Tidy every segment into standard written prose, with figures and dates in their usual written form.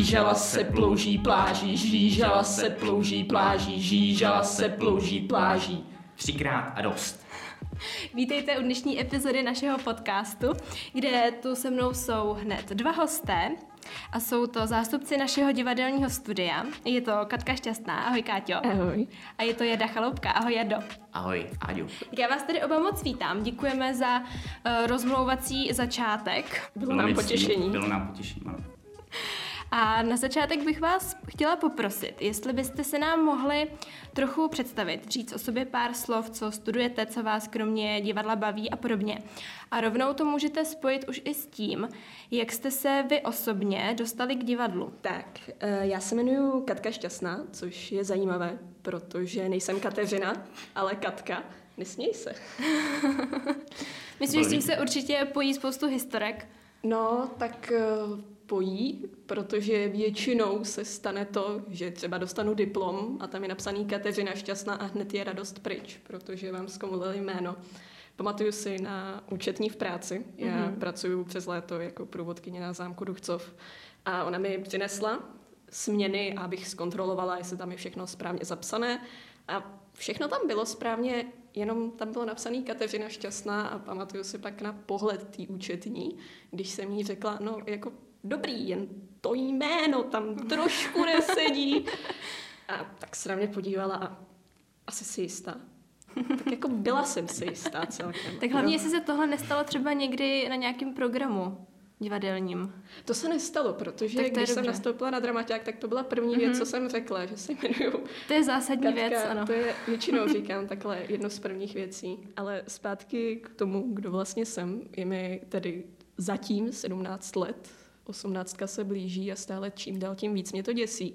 žížala se plouží pláží, žížala se plouží pláží, žížala se plouží pláží. 3krát a dost. Vítejte u dnešní epizody našeho podcastu, kde tu se mnou jsou hned 2 hosté a jsou to zástupci našeho divadelního studia. Je to Katka Šťastná, ahoj Káťo. Ahoj. A je to Jarda Chaloupka, ahoj Jardo. Ahoj, Áďo. Tak já vás tady oba moc vítám, děkujeme za rozmlouvací začátek. Bylo nám potěšení. Bylo nám potěšení, ano. A na začátek bych vás chtěla poprosit, jestli byste se nám mohli trochu představit, říct o sobě pár slov, co studujete, co vás kromě divadla baví a podobně. A rovnou to můžete spojit už i s tím, jak jste se vy osobně dostali k divadlu. Tak, já se jmenuji Katka Šťastná, což je zajímavé, protože nejsem Kateřina, ale Katka. Nesměj se. Myslím, že s tím se určitě pojí spoustu historek. No, tak pojí, protože většinou se stane to, že třeba dostanu diplom a tam je napsaný Kateřina Šťastná a hned je radost pryč, protože vám zkomolili jméno. Pamatuju si na účetní v práci. Já pracuju přes léto jako průvodkyně na zámku Duchcov a ona mi přinesla směny, abych zkontrolovala, jestli tam je všechno správně zapsané. A všechno tam bylo správně, jenom tam bylo napsaný Kateřina Šťastná a pamatuju si pak na pohled té účetní, když jsem jí řekla, no jako dobrý, jen to jméno tam trošku nesedí. A tak se na mě podívala a asi si jistá. Tak jako byla jsem si jistá celkem. Tak hlavně, jestli se tohle nestalo třeba někdy na nějakém programu divadelním. To se nestalo, protože když jsem nastoupila na dramaťák, tak to byla první věc, co jsem řekla, že se jmenuju To je zásadní Katka, věc, ano. To je, většinou říkám takhle jedno z prvních věcí. Ale zpátky k tomu, kdo vlastně jsem, je mi tedy zatím 17 let, 18 se blíží a stále čím dál tím víc mě to děsí.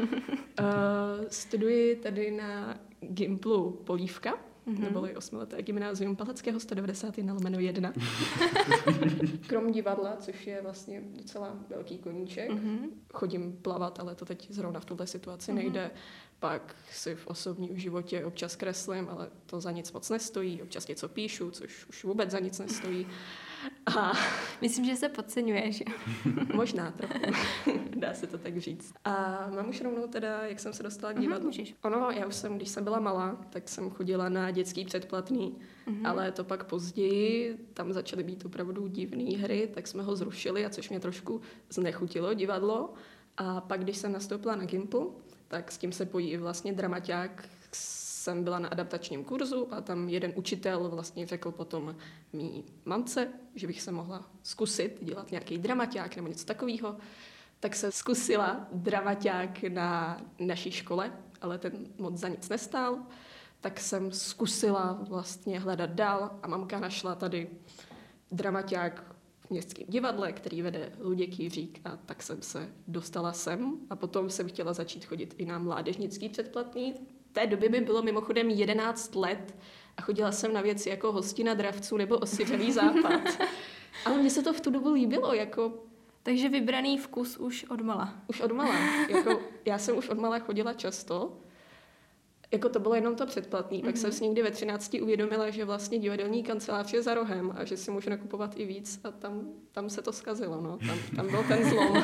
Studuji tady na Gimplu Polívka, neboli 8leté gymnázium Palackého 191/1. Krom divadla, což je vlastně docela velký koníček. Chodím plavat, ale to teď zrovna v této situaci nejde. Pak si v osobním životě občas kreslím, ale to za nic moc nestojí. Občas něco píšu, což už vůbec za nic nestojí. A Myslím, že se podceňuješ. možná trochu, dá se to tak říct. A mám už rovnou teda, jak jsem se dostala k divadlu. Ono, já už jsem, když jsem byla malá, tak jsem chodila na dětský předplatný, ale to pak později, tam začaly být opravdu divné hry, tak jsme ho zrušili, a což mě trošku znechutilo divadlo. A pak, když jsem nastoupila na Gimplu, tak s tím se pojí vlastně dramaťák. Jsem byla na adaptačním kurzu a tam jeden učitel vlastně řekl potom mý mamce, že bych se mohla zkusit dělat nějaký dramaťák nebo něco takového. Tak se zkusila dramaťák na naší škole, ale ten moc za nic nestál. Tak jsem zkusila vlastně hledat dál a mamka našla tady dramaťák v Městském divadle, který vede Luděk Jiřík, a tak jsem se dostala sem a potom jsem chtěla začít chodit i na mládežnický předplatný. V té době by bylo mimochodem 11 let a chodila jsem na věci jako Hostina dravců nebo Osiřelý západ. Ale mně se to v tu dobu líbilo, jako... Takže vybraný vkus už odmala. Už odmala. Jako, já jsem už odmala chodila často. Jako to bylo jenom to předplatný. Pak jsem si někdy ve 13 uvědomila, že vlastně divadelní kancelář je za rohem a že si můžu nakupovat i víc a tam se to zkazilo. No. Tam byl ten zlom.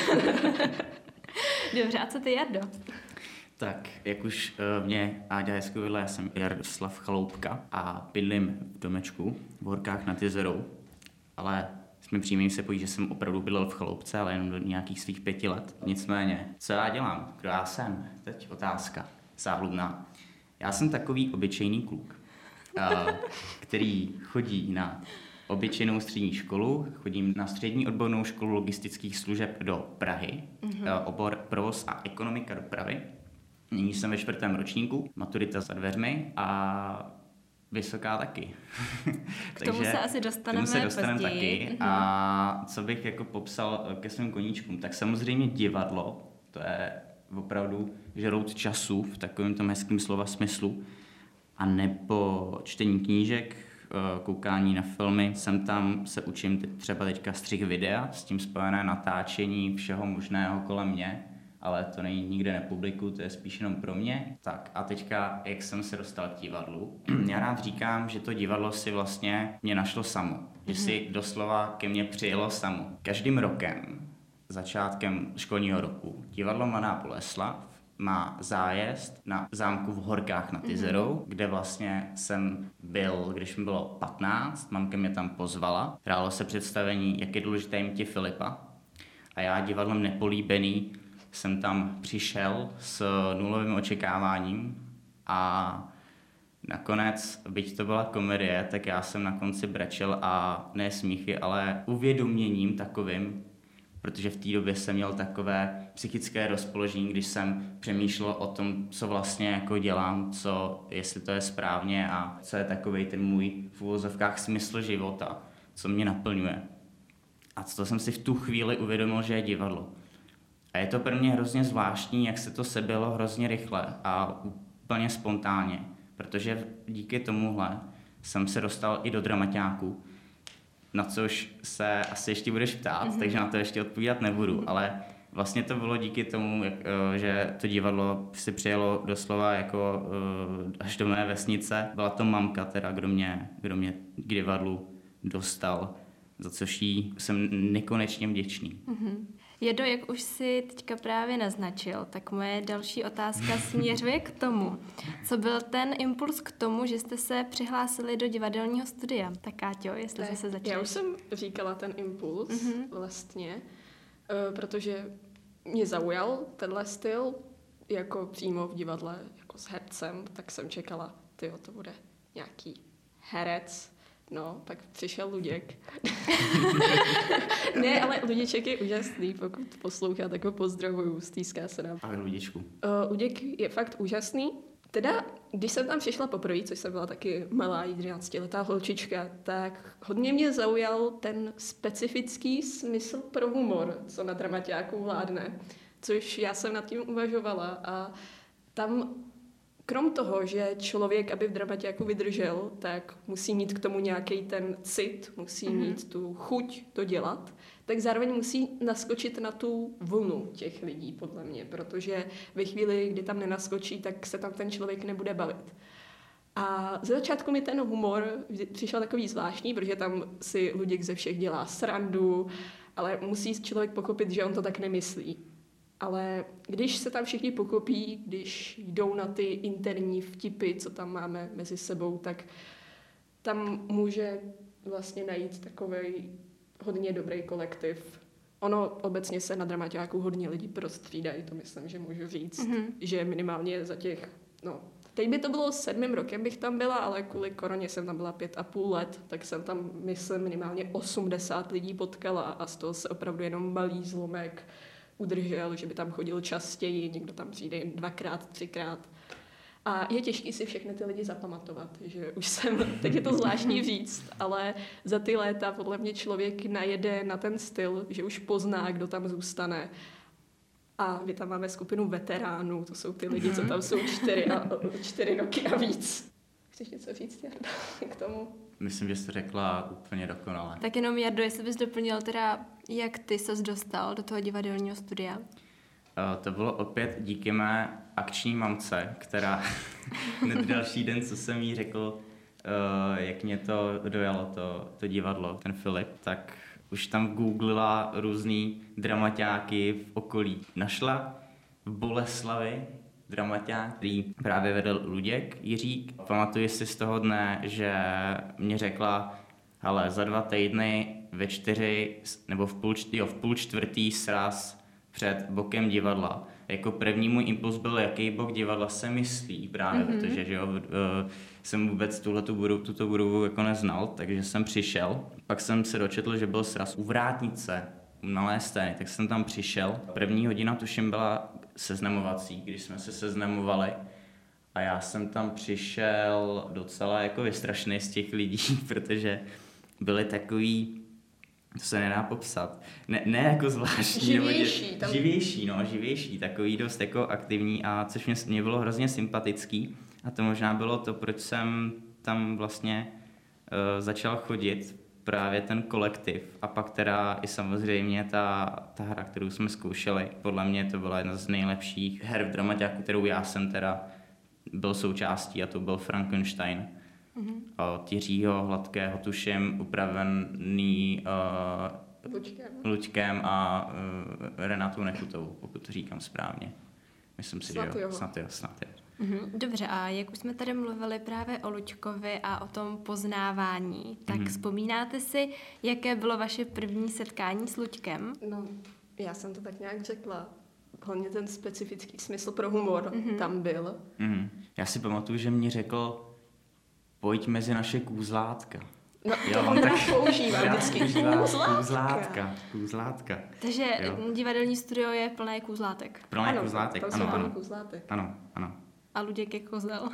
Dobře, a co ty, Jardo? Tak, jak už mě Áďa hezky uvedla, já jsem Jaroslav Chaloupka a bydlím v domečku v Horkách nad Jizerou, ale jsme přímým se pojí, že jsem opravdu bydlel v Chaloupce, ale jenom do nějakých svých 5 let. Nicméně, co já dělám? Kdo já jsem? Teď otázka záhlubná. Já jsem takový obyčejný kluk, který chodí na obyčejnou střední školu, chodím na střední odbornou školu logistických služeb do Prahy, obor provoz a ekonomika dopravy. Nyní jsem ve 4. ročníku, maturita za dveřmi a vysoká taky. K tomu se asi dostaneme později. Taky. A co bych jako popsal ke svým koníčkům, tak samozřejmě divadlo, to je opravdu žrout času v takovém tom hezkém slova smyslu, a nebo čtení knížek, koukání na filmy. Jsem tam, se učím třeba teďka střih videa, s tím spojené natáčení všeho možného kolem mě, ale to není nikde nepublikuju, to je spíš jenom pro mě. Tak a teďka, jak jsem se dostal k divadlu, já rád říkám, že to divadlo si vlastně mě našlo samo, že si doslova ke mně přijelo samo. Každým rokem začátkem školního roku. Divadlo Mladá Boleslav má zájezd na zámku v Horkách nad Izerou, kde vlastně jsem byl, když mi bylo 15, mamka mě tam pozvala. Hrálo se představení Jak je důležité jméno Filipa. A já divadlem Nepolíbený jsem tam přišel s nulovým očekáváním a nakonec, byť to byla komedie, tak já jsem na konci brečel a ne smíchy, ale uvědoměním takovým, protože v té době jsem měl takové psychické rozpoložení, když jsem přemýšlel o tom, co vlastně jako dělám, jestli to je správně a co je takovej ten můj v uvozovkách smysl života, co mě naplňuje. A to jsem si v tu chvíli uvědomil, že je divadlo. A je to pro mě hrozně zvláštní, jak se to sebělo hrozně rychle a úplně spontánně, protože díky tomuhle jsem se dostal i do dramaťáku, na což se asi ještě budeš ptát, takže na to ještě odpovídat nebudu, ale vlastně to bylo díky tomu, že to divadlo si přijelo doslova jako až do mé vesnice. Byla to mamka teda, kdo mě k divadlu dostal, za což jí jsem nekonečně vděčný. Jedo, jak už si teďka právě naznačil, tak moje další otázka směřuje k tomu, co byl ten impuls k tomu, že jste se přihlásili do divadelního studia. Tak Káťo, jestli jste se začali. Já už jsem říkala ten impuls vlastně, protože mě zaujal tenhle styl, jako přímo v divadle, jako s hercem, tak jsem čekala, to bude nějaký herec. No, pak přišel Luděk. Ne, ale Luděček je úžasný, pokud poslouchá, tak ho pozdravuju, stýská se nám. Ahoj Luděčku. Luděk je fakt úžasný. Teda, když jsem tam přišla poprvé, což jsem byla taky malá 11letá holčička, tak hodně mě zaujal ten specifický smysl pro humor, co na dramaťáku vládne, což já jsem nad tím uvažovala a tam krom toho, že člověk, aby v dramaťáku vydržel, tak musí mít k tomu nějaký ten cit, musí mít tu chuť to dělat, tak zároveň musí naskočit na tu vlnu těch lidí, podle mě, protože ve chvíli, kdy tam nenaskočí, tak se tam ten člověk nebude bavit. A ze začátku mi ten humor přišel takový zvláštní, protože tam si Luděk ze všech dělá srandu, ale musí člověk pochopit, že on to tak nemyslí. Ale když se tam všichni pokopí, když jdou na ty interní vtipy, co tam máme mezi sebou, tak tam může vlastně najít takovej hodně dobrý kolektiv. Ono obecně se na dramaťáku hodně lidí prostřídají, to myslím, že můžu říct, že minimálně za těch, teď by to bylo 7. rokem bych tam byla, ale kvůli koroně jsem tam byla 5,5 let, tak jsem tam, myslím, minimálně 80 lidí potkala a z toho se opravdu jenom malý zlomek udržel, že by tam chodil častěji, někdo tam přijde jen 2x, 3x. A je těžký si všechny ty lidi zapamatovat, že už jsem, teď je to zvláštní říct, ale za ty léta podle mě člověk najede na ten styl, že už pozná, kdo tam zůstane. A my tam máme skupinu veteránů, to jsou ty lidi, co tam jsou 4 roky a víc. Chceš něco říct, Jarda, k tomu? Myslím, že jsi řekla úplně dokonale. Tak jenom, Jardo, jestli bys doplnil teda, jak ty ses dostal do toho divadelního studia? To bylo opět díky mé akční mamce, která hned další den, co jsem jí řekl, jak mě to dojalo, to divadlo, ten Filip, tak už tam googlila různý dramaťáky v okolí. Našla v Boleslavi dramaťák, který právě vedl Luděk Jiřík. Pamatuji si z toho dne, že mě řekla, ale za 2 týdny ve 4 nebo v půl čtvrtý sraz před bokem divadla. Jako první můj impuls byl, jaký bok divadla se myslí právě, protože že jo, jsem vůbec tuto budovu jako neznal, takže jsem přišel. Pak jsem se dočetl, že byl sraz u Vrátnice, u Malé scény, tak jsem tam přišel. První hodina tuším byla seznamovací, když jsme se seznamovali a já jsem tam přišel docela jako vystrašený z těch lidí, protože byli takový, to se nedá popsat, ne jako zvláštní, živější, takový dost jako aktivní a což mě bylo hrozně sympatický a to možná bylo to, proč jsem tam vlastně začal chodit, právě ten kolektiv a pak teda i samozřejmě ta hra, kterou jsme zkoušeli. Podle mě to byla jedna z nejlepších her v dramaťáku, kterou já jsem teda byl součástí a to byl Frankenstein. Od Jiřího Hladkého tuším upravený Luďkem a Renatou Nechutovou, pokud to říkám správně. Myslím si, že jo. Snad jo. Dobře, a jak už jsme tady mluvili právě o Luďkovi a o tom poznávání, tak vzpomínáte si, jaké bylo vaše první setkání s Luďkem? No, já jsem to tak nějak řekla. Hlavně ten specifický smysl pro humor tam byl. Já si pamatuju, že mě řekl, pojď mezi naše kůzlátka. No, to on tak používá vždycky. Kůzlátka. Takže divadelní studio je plné kůzlátek. Plné kůzlátek, ano. Kůzlátek. Ano. A Luděk je kozel.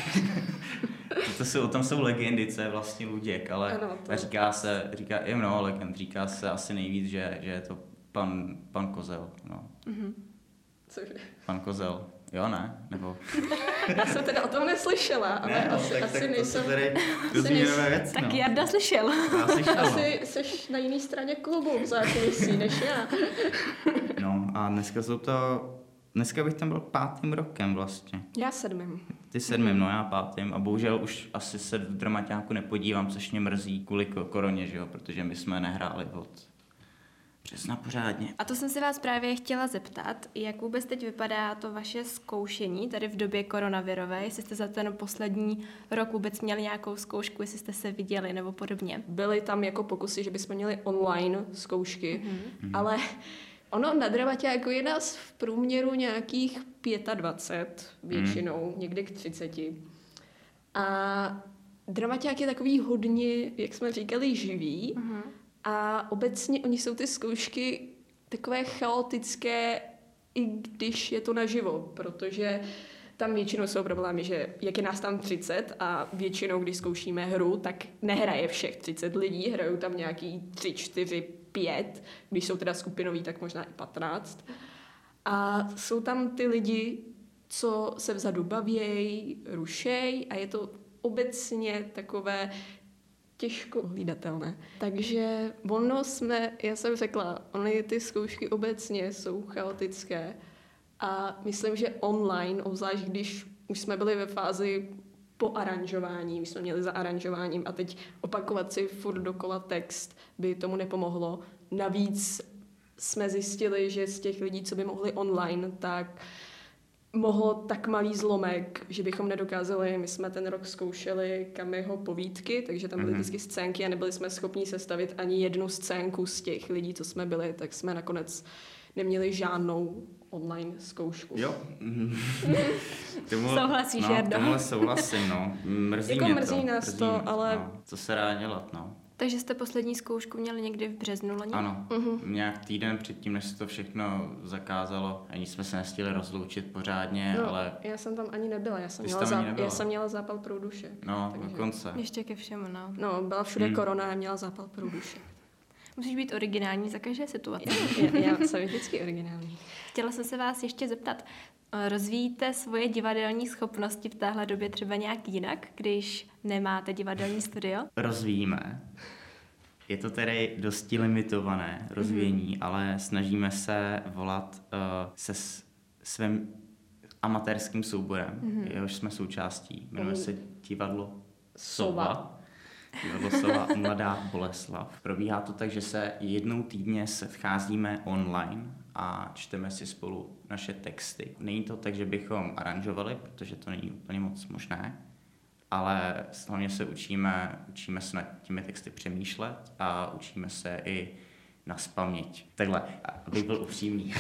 O tom jsou legendy, co je vlastně Luděk, ale říká je mnoho legend, říká se asi nejvíc, že je to pan Kozel, no. Cože? Pan Kozel. Jo, ne? Nebo... Já jsem teda o tom neslyšela, ale ne, asi nejsem... Věc, tak Jarda slyšel. Asi seš na jiné straně klubu v zákulisí než já. No a dneska bych tam byl 5. rokem vlastně. Já 7. Ty 7, no já 5. A bohužel už asi se v dramaťáku nepodívám, což mě mrzí kvůli koroně, že jo? Protože my jsme nehráli od března pořádně. A to jsem se vás právě chtěla zeptat, jak vůbec teď vypadá to vaše zkoušení tady v době koronavirové, jestli jste za ten poslední rok vůbec měli nějakou zkoušku, jestli jste se viděli nebo podobně. Byly tam jako pokusy, že bychom měli online zkoušky, ale ono na dramaťáku je nás v průměru nějakých 25 většinou, někdy k 30. A dramaťák je takový hodně, jak jsme říkali, živý. A obecně oni jsou ty zkoušky takové chaotické, i když je to naživo, protože tam většinou jsou problémy, že jak je nás tam 30 a většinou, když zkoušíme hru, tak nehraje všech 30 lidí, hrajou tam nějaký 3, 4, 5, když jsou teda skupinový, tak možná i 15. A jsou tam ty lidi, co se vzadu bavějí, rušej a je to obecně takové těžko hlídatelné. Takže já jsem řekla, ony ty zkoušky obecně jsou chaotické a myslím, že online, obzvlášť když už jsme byli ve fázi po aranžování, my jsme měli za aranžováním a teď opakovat si furt dokola text by tomu nepomohlo. Navíc jsme zjistili, že z těch lidí, co by mohli online, tak mohlo tak malý zlomek, že bychom nedokázali, my jsme ten rok zkoušeli Kamiho povídky, takže tam byly vždycky scénky a nebyli jsme schopni sestavit ani jednu scénku z těch lidí, co jsme byli, tak jsme nakonec neměli žádnou online zkoušku. Jo. Souhlasíš, Jardo? Tomuhle souhlasím, no. Mrzí nás to, ale... No. Co se dá dělat, no. Takže jste poslední zkoušku měli někdy v březnu loni? Ano, nějak týden předtím, než se to všechno zakázalo, ani jsme se nestihli rozloučit pořádně, ale... Já jsem tam ani nebyla, já jsem měla zápal průdušek. No, dokonce. Ještě ke všemu, no. No, byla všude korona a měla zápal průdušek. Musíš být originální za každé situace. Já jsem vždycky originální. Chtěla jsem se vás ještě zeptat, rozvíjíte svoje divadelní schopnosti v téhle době třeba nějak jinak, když nemáte divadelní studio? Rozvíjíme. Je to tedy dosti limitované rozvíjení, ale snažíme se volat se svým amatérským souborem, jehož jsme součástí. Jmenuje se Divadlo Sova. Divadlo Sova Mladá Boleslav. Probíhá to tak, že se jednou týdně scházíme online a čteme si spolu naše texty. Není to tak, že bychom aranžovali, protože to není úplně moc možné, ale hlavně se učíme se nad těmi texty přemýšlet a učíme se i nazpaměť. Takhle, abych byl upřímný.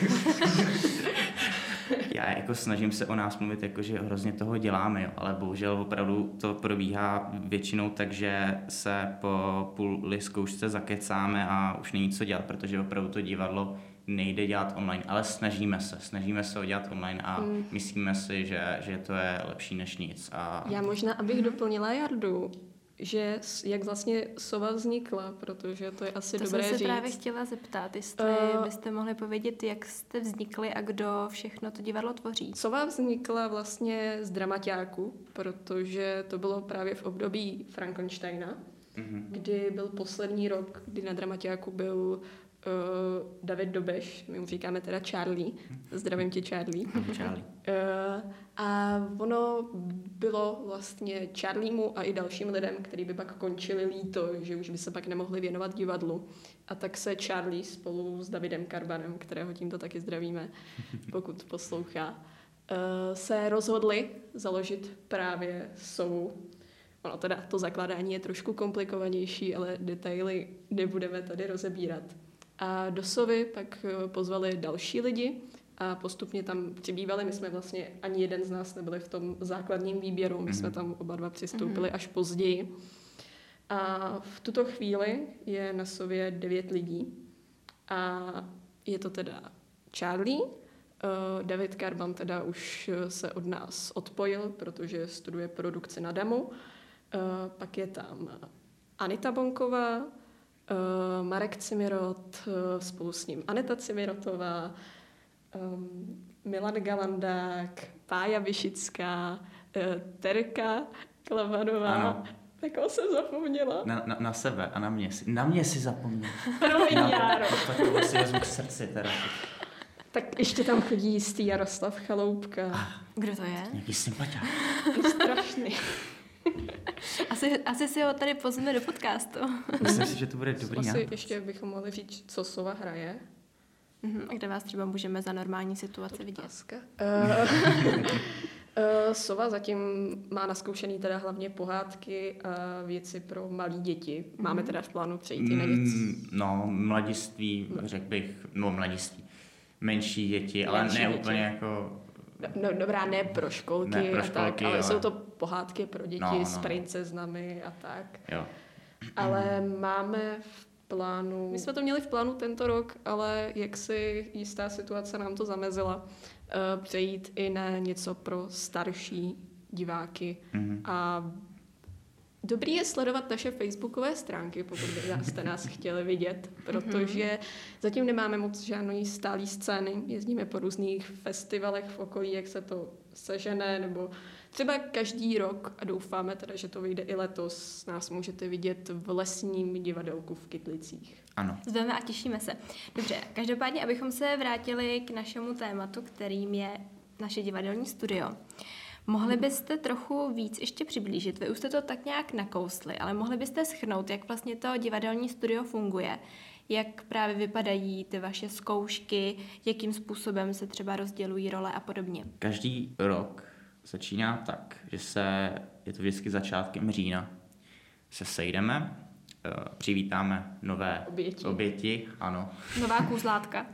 Já jako snažím se o nás mluvit, jako že hrozně toho děláme, jo, ale bohužel opravdu to probíhá většinou tak, že se po půl zkoušce zakecáme a už není co dělat, protože opravdu to divadlo nejde dělat online, ale snažíme se ho dělat online a myslíme si, že to je lepší než nic. A... Já možná, abych doplnila Jardu, že jak vlastně Sova vznikla, protože to je asi dobré říct. To jsem se právě chtěla zeptat, jestli byste mohli povědět, jak jste vznikli a kdo všechno to divadlo tvoří. Sova vznikla vlastně z dramaťáku, protože to bylo právě v období Frankensteina, kdy byl poslední rok, kdy na dramaťáku byl David Dobeš, my mu říkáme teda Charlie. Zdravím tě, Charlie. Charlie. A ono bylo vlastně Charliemu a i dalším lidem, kteří by pak končili líto, že už by se pak nemohli věnovat divadlu. A tak se Charlie spolu s Davidem Karbanem, kterého tímto taky zdravíme, pokud poslouchá, se rozhodli založit právě Sovu. Ono teda to zakládání je trošku komplikovanější, ale detaily nebudeme tady rozebírat. A do Sovy pak pozvali další lidi a postupně tam přibývali. My jsme vlastně, ani jeden z nás nebyli v tom základním výběru, my jsme tam oba dva přistoupili až později. A v tuto chvíli je na Sově 9 lidí a je to teda Charlie, David Karban teda už se od nás odpojil, protože studuje produkci na DAMu. Pak je tam Anita Bonková, Marek Cimirot, spolu s ním Aneta Cimirotová, Milan Galandák, Pája Vyšická, Terka Klavanová. Ano. Tak jsem zapomněla. Na sebe a na mě si zapomněl. Promiň, Járo. Tak to si vezmu k srdci teda. Tak ještě tam chodí jistý Jaroslav Chaloupka. Kdo to je? Nějaký sympaťák. Strašný. Asi si ho tady pozveme do podcastu. Myslím si, že to bude dobrý nápad. Ještě bychom mohli říct, co Sova hraje. A kde vás třeba můžeme za normální situace vidět? Sova zatím má naskoušený teda hlavně pohádky a věci pro malé děti. Máme teda v plánu přejít i na něco. No, mladiství, řekl bych, mladiství. Menší děti, ale ne děti. Úplně jako... No, dobrá, ne pro školky, a tak, ale jsou to pohádky pro děti s princeznami a tak. Jo. Ale máme v plánu... My jsme to měli v plánu tento rok, ale jak si jistá situace nám to zamezila, přejít i na něco pro starší diváky. A dobrý je sledovat naše facebookové stránky, pokud byste nás chtěli vidět, protože zatím nemáme moc žádný stálý scény. Jezdíme po různých festivalech v okolí, jak se to sežene, nebo třeba každý rok, a doufáme teda, že to vyjde i letos, nás můžete vidět v lesním divadelku v Kytlicích. Ano. Zveme a těšíme se. Dobře, každopádně, abychom se vrátili k našemu tématu, kterým je naše divadelní studio. Mohli byste trochu víc ještě přiblížit? Vy už jste to tak nějak nakousli, ale mohli byste shrnout, jak vlastně to divadelní studio funguje? Jak právě vypadají ty vaše zkoušky, jakým způsobem se třeba rozdělují role a podobně? Každý rok začíná tak, že je to vždycky začátkem října. Se sejdeme, přivítáme nové oběti, ano. Nová kůzlátka.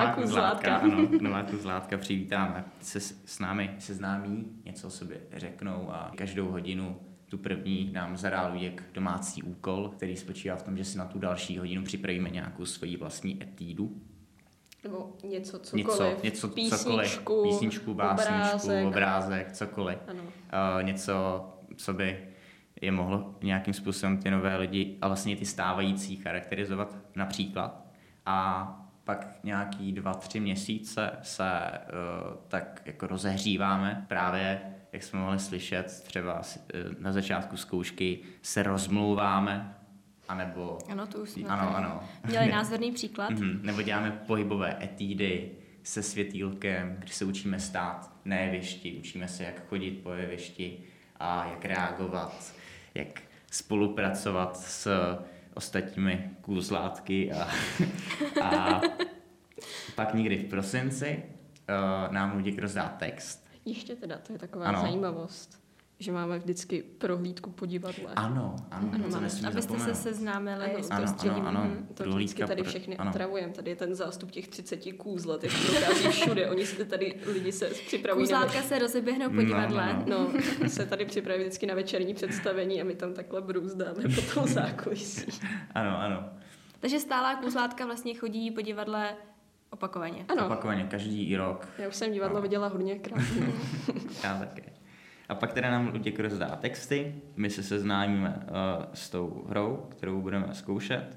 Nová kůzlátka přivítáme. Se s námi seznámí, něco o sobě řeknou a každou hodinu tu první nám zadá Luděk domácí úkol, který spočívá v tom, že si na tu další hodinu připravíme nějakou svoji vlastní etídu. Nebo cokoliv. Písničku, básničku, obrázek, cokoliv. Ano. Něco, co by je mohlo nějakým způsobem ty nové lidi a vlastně ty stávající charakterizovat například. A pak nějaký 2-3 měsíce se tak jako rozehříváme. Právě, jak jsme mohli slyšet, třeba na začátku zkoušky se rozmlouváme, anebo... Ano, to už jsme ano. Měli názorný příklad. Nebo děláme pohybové etídy se světýlkem, kdy se učíme stát na jevišti, učíme se, jak chodit po jevišti a jak reagovat, jak spolupracovat s ostatními kůzlátky a pak někdy v prosinci nám Luděk rozdá text. Ještě teda, to je taková zajímavost, že máme vždycky prohlídku po divadle. Ano, abyste se seznámili s prostředím. Ano. To vždycky tady všechny otravujeme. Tady je ten zástup těch 30 kůzlet, jak prochází všude. Oni se tady, lidi se připravují. Kůzlátka se rozeběhnou po divadle. No, se tady připraví vždycky na večerní představení a my tam takhle brůzdáme po tom zákulisí. Ano. Takže stálá kůzlátka vlastně chodí po divadle opakovaně. Ano. Opakovaně, každý rok. Já už jsem divadlo viděla hodněkrát. Já také. A pak teda nám Luděk rozdá texty, my se seznámíme s tou hrou, kterou budeme zkoušet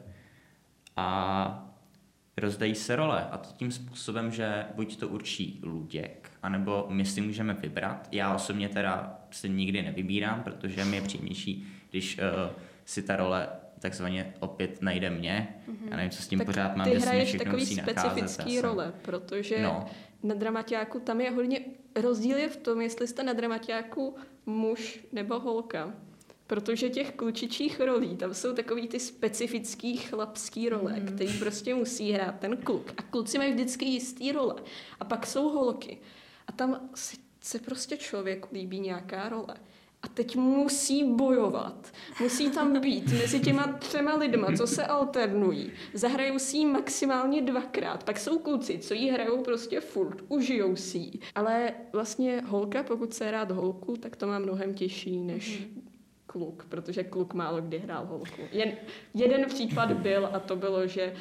a rozdají se role. A to tím způsobem, že buď to určí Luděk, anebo my si můžeme vybrat. Já osobně teda se nikdy nevybírám, protože mi je příjemnější, když si ta role takzvaně opět najde mě. Já nevím, co s tím tak pořád mám, že že si mě všechno takový musí nacházet. Specifický role, protože na dramaťáku tam je hodně rozdíl je v tom, jestli jste na dramaťáku muž nebo holka. Protože těch klučičích rolí, tam jsou takový ty specifický chlapský role, který prostě musí hrát ten kluk. A kluci mají vždycky jistý role. A pak jsou holky. A tam se prostě člověku líbí nějaká role. A teď musí bojovat. Musí tam být mezi těma 3 lidma, co se alternují. Zahrajou si ji maximálně 2krát. Pak jsou kluci, co jí hrajou prostě furt. Užijou si ji. Ale vlastně holka, pokud se hrát holku, tak to má mnohem těžší než kluk. Protože kluk málo kdy hrál holku. Jen jeden případ byl a to bylo, že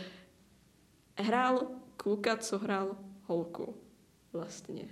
hrál kluka, co hrál holku. Vlastně.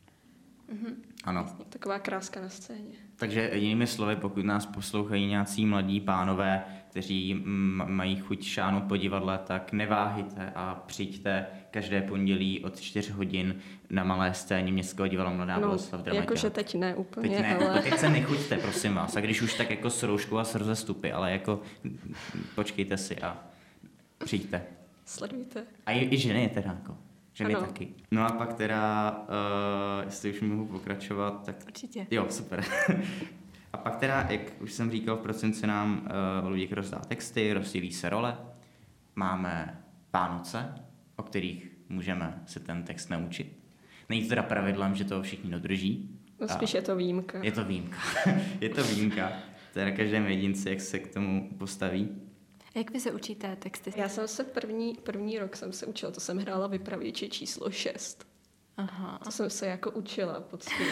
Ano. Taková kráska na scéně. Takže jinými slovy, pokud nás poslouchají nějací mladí pánové, kteří mají chuť šáhnout po divadle, tak neváhejte a přijďte každé pondělí od 4 hodin na malé scéně Městského divadla Mladá Boleslav Dramaťák. Jakože teď ne úplně, teď ne, ale... Teď se nechuťte, prosím vás. A když už tak jako s rouškou a s rozestupy, ale jako počkejte si a přijďte. Sledujte. A i ženy teda jako. Ženy ano. taky. No a pak teda, jestli už mohu pokračovat, tak... Určitě. Jo, super. A pak teda, jak už jsem říkal, v prosinci nám Luděk rozdá texty, rozdělí se role. Máme Vánoce, o kterých můžeme si ten text naučit. Není to teda pravidlem, že to všichni dodrží. No spíš je to výjimka. Je to výjimka. Je to výjimka. To je na každém jedinci, jak se k tomu postaví. Jak vy se učíte texty? Já jsem se první rok jsem se učila, to jsem hrála vypravěče číslo 6. Aha. To jsem se jako učila poctivě.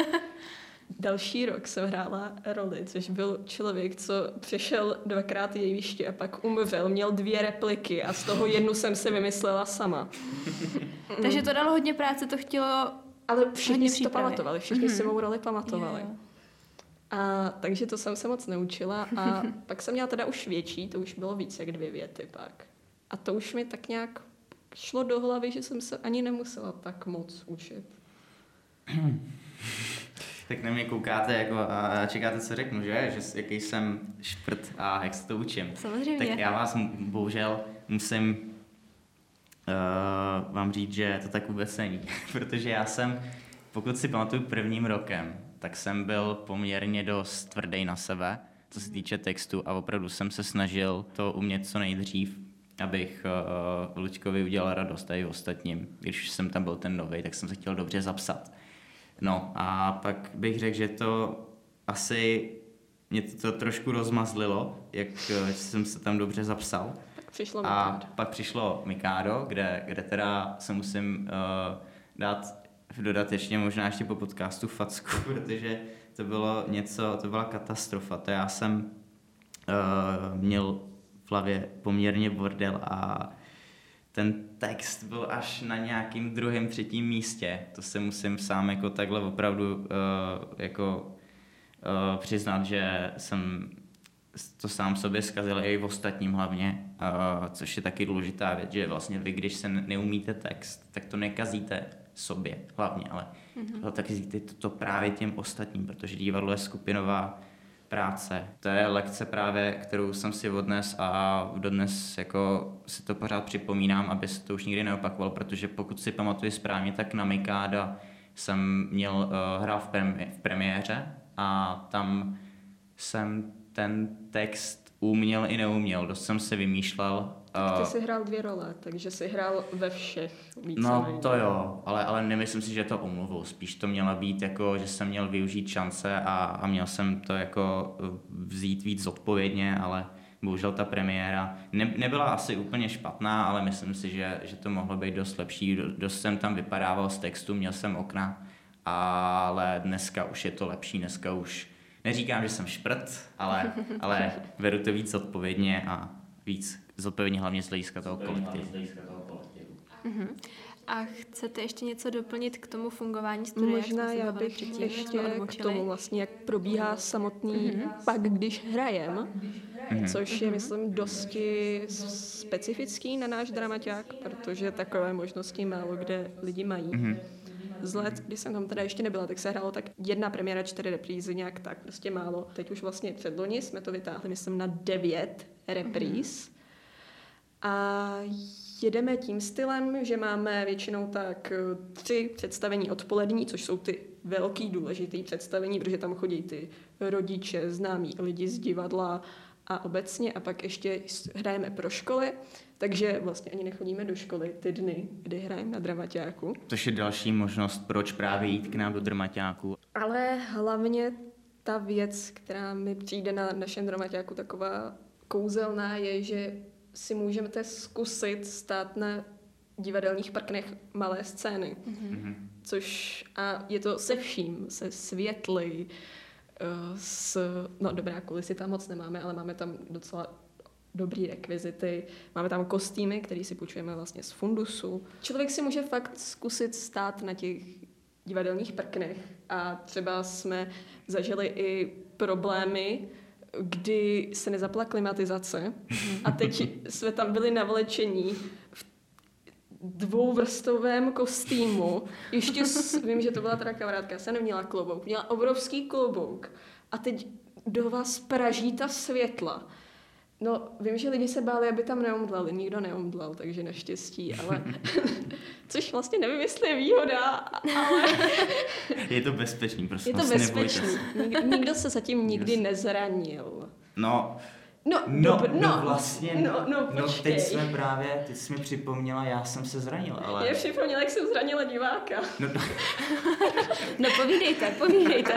Další rok jsem hrála roli, což byl člověk, co přešel 2krát jeviště a pak umřel. Měl 2 repliky a z toho jednu jsem se vymyslela sama. Takže to dalo hodně práce, to chtělo. Ale všichni si to pamatovali, všichni si mou roli pamatovali. Jo. A takže to jsem se moc neučila a pak jsem měla teda už větší, to už bylo víc jak 2 věty pak. A to už mi tak nějak šlo do hlavy, že jsem se ani nemusela tak moc učit. Tak na mě koukáte jako a čekáte, co řeknu, že jaký jsem šprt a jak se to učím. Samozřejmě. Tak já vás bohužel musím vám říct, že to tak vůbec není. Protože já jsem, pokud si pamatuju prvním rokem, tak jsem byl poměrně dost tvrdý na sebe, co se týče textu a opravdu jsem se snažil to umět co nejdřív, abych Luďkovi udělal radost a i ostatním. Když jsem tam byl ten novej, tak jsem se chtěl dobře zapsat. No a pak bych řekl, že to asi mě to trošku rozmazlilo, jak jsem se tam dobře zapsal. Pak přišlo Mikado, kde teda se musím dát dodatečně možná ještě po podcastu facku, protože to byla katastrofa. To já jsem měl v hlavě poměrně bordel a ten text byl až na nějakým 2., 3. místě. To se musím sám jako takhle opravdu přiznat, že jsem to sám sobě zkazil i v ostatním hlavně, což je taky důležitá věc, že vlastně vy, když se neumíte text, tak to nekazíte sobě hlavně, ale taky zjistíte to právě těm ostatním, protože divadlo je skupinová práce. To je lekce právě, kterou jsem si odnes a dodnes jako si to pořád připomínám, aby se to už nikdy neopakoval, protože pokud si pamatuju správně, tak na Mikáda jsem hrál v premiéře a tam jsem ten text uměl i neuměl, dost jsem se vymýšlel. Tak ty jsi hrál 2 role, takže jsi hrál ve všech více. No to jo, ale nemyslím si, že to omluvou. Spíš to měla být jako, že jsem měl využít šance a měl jsem to jako vzít víc zodpovědně, ale bohužel ta premiéra nebyla asi úplně špatná, ale myslím si, že to mohlo být dost lepší. Dost jsem tam vypadával z textu, měl jsem okna, ale dneska už je to lepší, dneska už neříkám, že jsem šprt, ale vedu to víc zodpovědně a víc zodpovědně hlavně z hlediska toho kolektivu. A chcete ještě něco doplnit k tomu fungování studia? Možná já bych ještě k tomu vlastně, jak probíhá samotný pak, když hrajem, což je, myslím, dosti specifický na náš dramaťák, protože takové možnosti málo kde lidi mají. Z let, kdy jsem tam teda ještě nebyla, tak se hrálo tak 1 premiéra, 4 reprízy, nějak tak, prostě málo. Teď už vlastně předloni jsme to vytáhli, myslím, na 9 repríz. A jedeme tím stylem, že máme většinou tak 3 představení odpolední, což jsou ty velký důležitý představení, protože tam chodí ty rodiče, známí lidi z divadla a obecně a pak ještě hrajeme pro školy, takže vlastně ani nechodíme do školy ty dny, kdy hrajeme na dramaťáku. Což je další možnost, proč právě jít k nám do dramaťáku. Ale hlavně ta věc, která mi přijde na našem dramaťáku taková kouzelná, je, že si můžete zkusit stát na divadelních prknech malé scény. Mm-hmm. Což a je to se vším, se světly, dobrá, kulisy tam moc nemáme, ale máme tam docela dobrý rekvizity, máme tam kostýmy, které si půjčujeme vlastně z fundusu. Člověk si může fakt zkusit stát na těch divadelních prknech a třeba jsme zažili i problémy, kdy se nezapla klimatizace a teď jsme tam byli navlečení v 2vrstovém kostýmu. Ještě vím, že to byla teda kamarádka, se neměla klobouk, měla obrovský klobouk a teď do vás praží ta světla. No, vím, že lidi se báli, aby tam neomdleli. Nikdo neomdlel, takže naštěstí, ale což vlastně nevím, jestli je výhoda, ale je to bezpečný, prostě. Je to bezpečný. Nikdo se zatím nikdy nezranil. Vlastně, teď jsi mi připomněla, já jsem se zranil, ale... Já připomněla, jak jsem zranila diváka. No povídejte.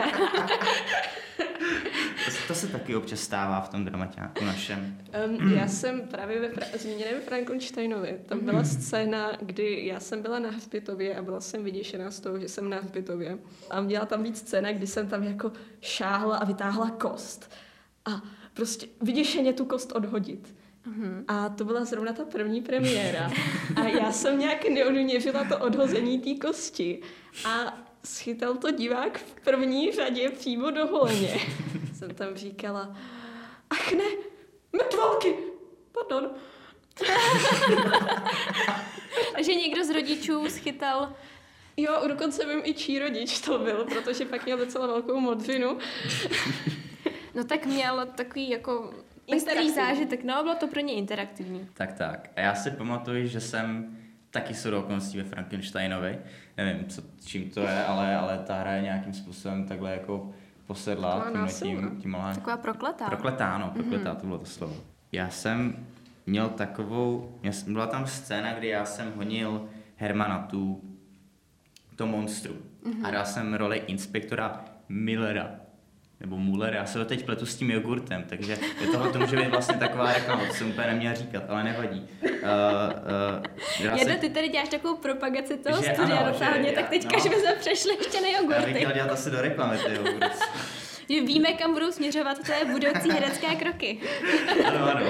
To se taky občas stává v tom dramaťáku našem. Já jsem právě ve zmíněném Frankensteinovi. Tam byla scéna, kdy já jsem byla na hřbitově a byla jsem vyděšená z toho, že jsem na hřbitově. A měla tam být scéna, kdy jsem tam jako šáhla a vytáhla kost. A prostě vyděšeně tu kost odhodit. Uh-huh. A to byla zrovna ta první premiéra. A já jsem nějak neodměřila to odhození té kosti. A schytal to divák v první řadě přímo do holeně. Jsem tam říkala, ach ne, mrtvolky, pardon. Takže někdo z rodičů schytal... Jo, dokonce vím i čí rodič to byl, protože pak měl docela velkou modřinu. No tak měl takový jako pestrý zážitek, no, bylo to pro ně interaktivní. Tak. A já si pamatuju, že jsem taky shodou okolností ve Frankensteinovi. Nevím, čím to je, ale ta hra je nějakým způsobem takhle jako posedla tím taková prokletá. Prokletá, to bylo to slovo. Já jsem měl byla tam scéna, kdy já jsem honil Hermana, to monstrum. Mm-hmm. A dal jsem roli inspektora Millera. Nebo Mullera, já se to teď pletu s tím jogurtem, takže to může být vlastně taková reklama, to jsem úplně neměl říkat, ale nevadí. Ty tady děláš takovou propagaci toho studia dotáhně, tak teďka jsme se přešli ještě na jogurty. Já bych chtěl dělat asi do reklamy ty jogurty. Víme, kam budou směřovat tvé budoucí herecké kroky. Ano.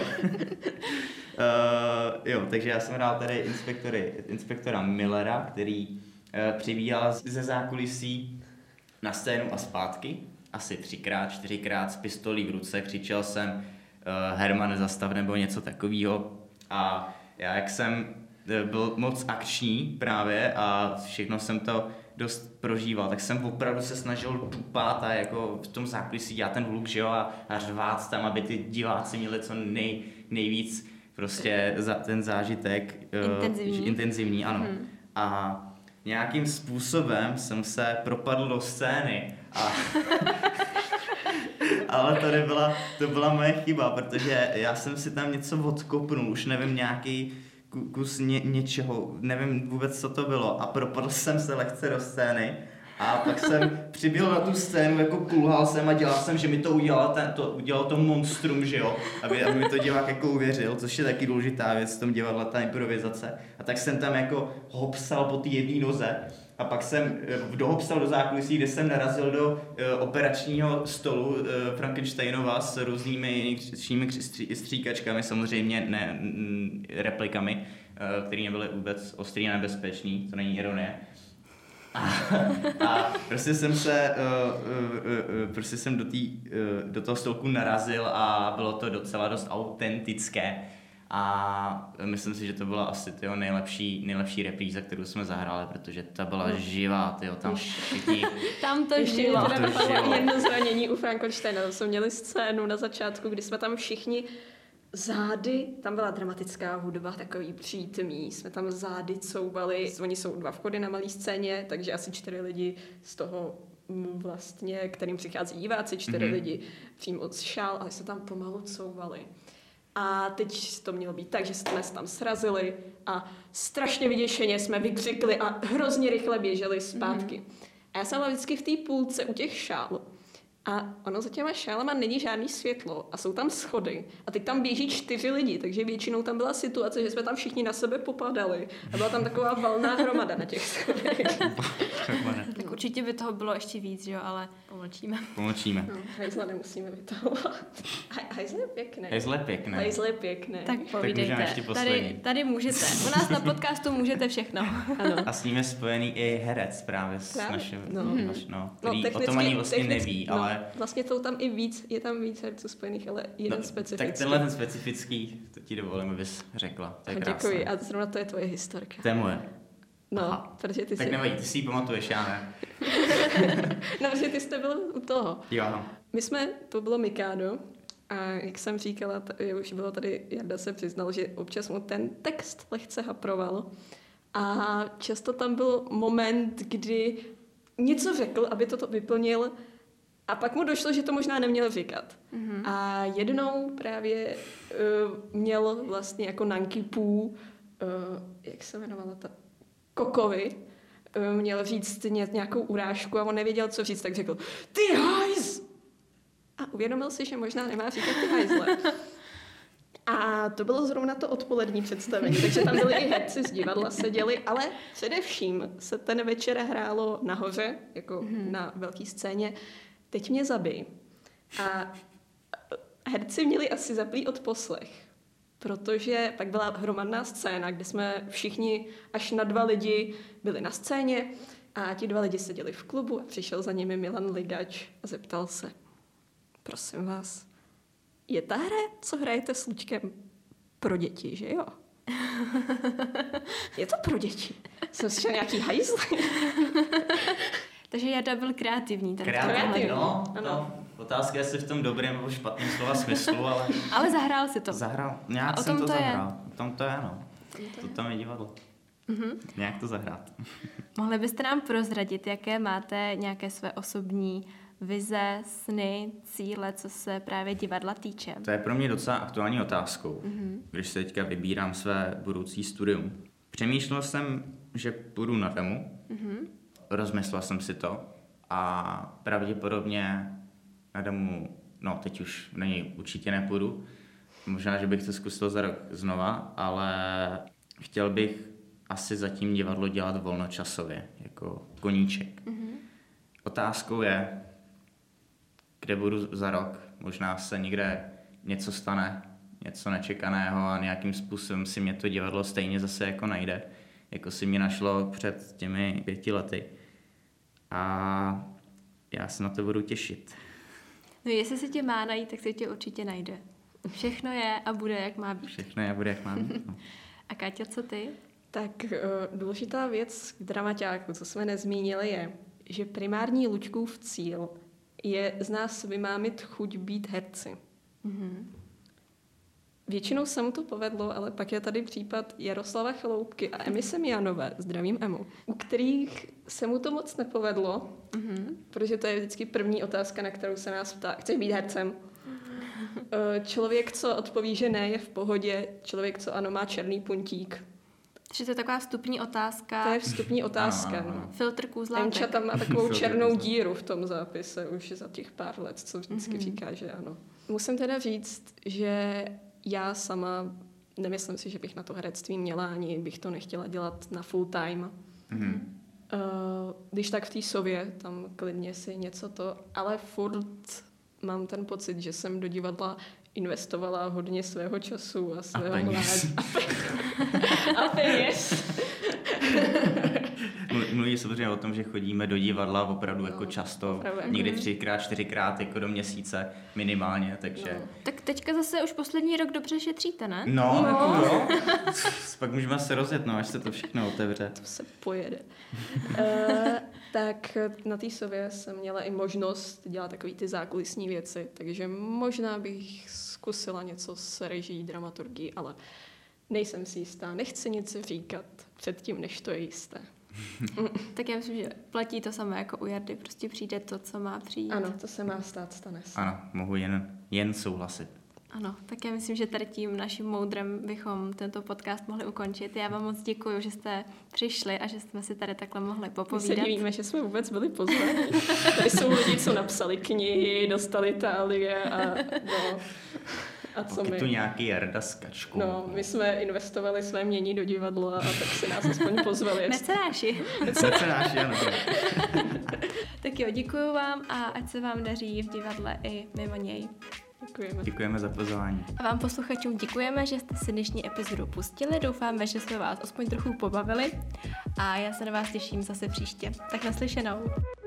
Takže já jsem hrál tady inspektora Millera, který přibíhal ze zákulisí na scénu a zpátky. Asi 3x, 4x s pistolí v ruce, křičel jsem Herman zastav nebo něco takového. A já, jak jsem byl moc akční právě a všechno jsem to dost prožíval, tak jsem opravdu se snažil dupat a jako v tom zákulisí dělat ten hluk, že jo, a řvát tam, aby ty diváci měli co nejvíc prostě ten zážitek intenzivní, ano. Mm-hmm. A nějakým způsobem jsem se propadl do scény ale to byla moje chyba, protože já jsem si tam něco odkopnul, už nevím, nějaký kus něčeho, nevím vůbec, co to bylo a propadl jsem se lehce do scény a pak jsem přibyl na tu scénu, jako kulhal jsem a dělal jsem, že mi to udělalo to monstrum, že jo, aby mi to divák jako uvěřil, což je taky důležitá věc v tom divadle, ta improvizace. A tak jsem tam jako hopsal po té jedné noze a pak jsem dohopsal do zákulisí, kde jsem narazil do operačního stolu Frankensteinova s různými stříkačkami, samozřejmě ne replikami, které nebyly vůbec ostrý a nebezpečný, to není ironie. A prostě jsem do toho stolku narazil a bylo to docela dost autentické. A myslím si, že to byla asi nejlepší repríza, kterou jsme zahráli, protože ta byla živá, tam všichni... Tam to žilo. Jedno zranění u Frankensteina, jsme měli scénu na začátku, kdy jsme tam všichni zády, tam byla dramatická hudba, takový přítmí, jsme tam zády couvali, oni jsou 2 vchody na malé scéně, takže asi 4 lidi z toho vlastně, kterým přichází diváci, 4 lidi přímo z šál, ale se tam pomalu couvali. A teď to mělo být tak, že jsme se tam srazili a strašně vyděšeně jsme vykřikli a hrozně rychle běželi zpátky. A já jsem byla vždycky v té půlce u těch šál. A ono za těma šálama není žádný světlo a jsou tam schody. A teď tam běží 4 lidi, takže většinou tam byla situace, že jsme tam všichni na sebe popadali. A byla tam taková valná hromada na těch schodech. Tak určitě by toho bylo ještě víc, jo, ale Pomlčíme. No, hajzla nemusíme vytahovat. Hajzl je pěkný. Hajzl je pěkný. Tak povídejte. Tady můžete. U nás na podcastu můžete všechno. Ano. A s ním je spojený i herec právě s naším, který o tom technicky, ani vlastně neví, ale... Vlastně jsou tam i víc, je tam víc herců spojených, ale jeden specifický. Tak tenhle ten specifický, to ti dovolím, abys řekla. To je krásné. Děkuji, a zrovna to je tvoje historka. To je moje. No, protože ty tak jsi... nevadí, ty si ji pamatuješ, já ne. No, protože ty jste byl u toho. Jo. To bylo Mikado, a jak jsem říkala, už bylo tady, Jarda se přiznal, že občas mu ten text lehce haproval. A často tam byl moment, kdy něco řekl, aby to vyplnil, a pak mu došlo, že to možná neměl říkat. A jednou právě měl vlastně jako Nanky Poo, jak se jmenovala ta Kokovi, měl říct nějakou urážku a on nevěděl, co říct, tak řekl ty hajz! A uvědomil si, že možná nemá říkat ty hajzle. A to bylo zrovna to odpolední představení, takže tam byli i herci z divadla seděli, ale především se ten večer hrálo nahoře, jako na velké scéně, Teď mě zabij. A herci měli asi zaplý odposlech, protože pak byla hromadná scéna, kde jsme všichni až na 2 lidi byli na scéně a ti 2 lidi seděli v klubu a přišel za nimi Milan Ligač a zeptal se, prosím vás, je ta hra, co hrajete s Lučkem, pro děti, že jo? Je to pro děti. Jsem slyšel nějaký hajzly. Takže Jarda byl kreativní. Kreativní, no. Otázka je, jestli v tom dobrém nebo špatném slova smyslu, ale... Ale zahrál si to. Zahrál. Nějak jsem to zahrál. O tom to je, no. To tam je divadlo. Nějak to zahrát. Mohli byste nám prozradit, jaké máte nějaké své osobní vize, sny, cíle, co se právě divadla týče? To je pro mě docela aktuální otázkou, když se teďka vybírám své budoucí studium. Přemýšlel jsem, že půjdu na DEMu, rozmyslel jsem si to a pravděpodobně na DEMu, no teď už na něj určitě nepůjdu, možná, že bych to zkusil za rok znova, ale chtěl bych asi zatím divadlo dělat volnočasově, jako koníček. Otázkou je, kde budu za rok. Možná se někde něco stane, něco nečekaného a nějakým způsobem si mě to divadlo stejně zase jako najde, jako si mě našlo před těmi 5 lety. A já se na to budu těšit. No jestli se tě má najít, tak se tě určitě najde. Všechno je a bude, jak má být. Všechno je a bude, jak má být. No. A Káťo, co ty? Tak důležitá věc k dramaťáku, co jsme nezmínili, je, že primární Lučkův cíl je z nás vymámit chuť být herci. Většinou se mu to povedlo, ale pak je tady případ Jaroslava Chaloupky a Emy Semjanové, zdravím Emu, u kterých se mu to moc nepovedlo, protože to je vždycky první otázka, na kterou se nás ptá, chceš být hercem? Člověk, co odpoví, že ne, je v pohodě, člověk, co ano, má černý puntík. Takže to je taková vstupní otázka. To je vstupní otázka, no. Filtr kůzlátek. Emča tam má takovou černou díru v tom zápise už za těch pár let, co vždycky říká, že ano. Musím teda říct, že já sama nemyslím si, že bych na to herectví měla, ani bych to nechtěla dělat na full time. Když tak v té Sově, tam klidně si něco to, ale furt mám ten pocit, že jsem do divadla investovala hodně svého času a svého mládí. A peněz. Mluví samozřejmě o tom, že chodíme do divadla opravdu jako často, opravdu, někdy 3x, 4x jako do měsíce minimálně, takže... Tak teďka zase už poslední rok dobře šetříte, ne? No. Pak můžeme se rozjet, až se to všechno otevře. To se pojede. Tak na té Sově jsem měla i možnost dělat takový ty zákulisní věci, takže možná bych zkusila něco s režií, dramaturgií, ale nejsem si jistá, nechci nic říkat předtím, než to je jisté. Tak já myslím, že platí to samé jako u Jardy, prostě přijde to, co má přijít. Ano, to se má stát, stane se. Ano, mohu jen souhlasit. Ano, tak já myslím, že tady tím naším moudrem bychom tento podcast mohli ukončit. Já vám moc děkuji, že jste přišli a že jsme si tady takhle mohli popovídat. My se divíme, že jsme vůbec byli pozvaní. Tady jsou lidi, co napsali knihy, dostali talie a co my? tu nějaký Jarda s kačkou. No, my jsme investovali své mění do divadla a tak si nás aspoň pozvali. Mecenáši, ano. Tak jo, děkuji vám a ať se vám daří v divadle i mimo něj. Děkujeme za pozvání. A vám posluchačům děkujeme, že jste si dnešní epizodu pustili. Doufáme, že jsme vás aspoň trochu pobavili a já se na vás těším zase příště. Tak naslyšenou.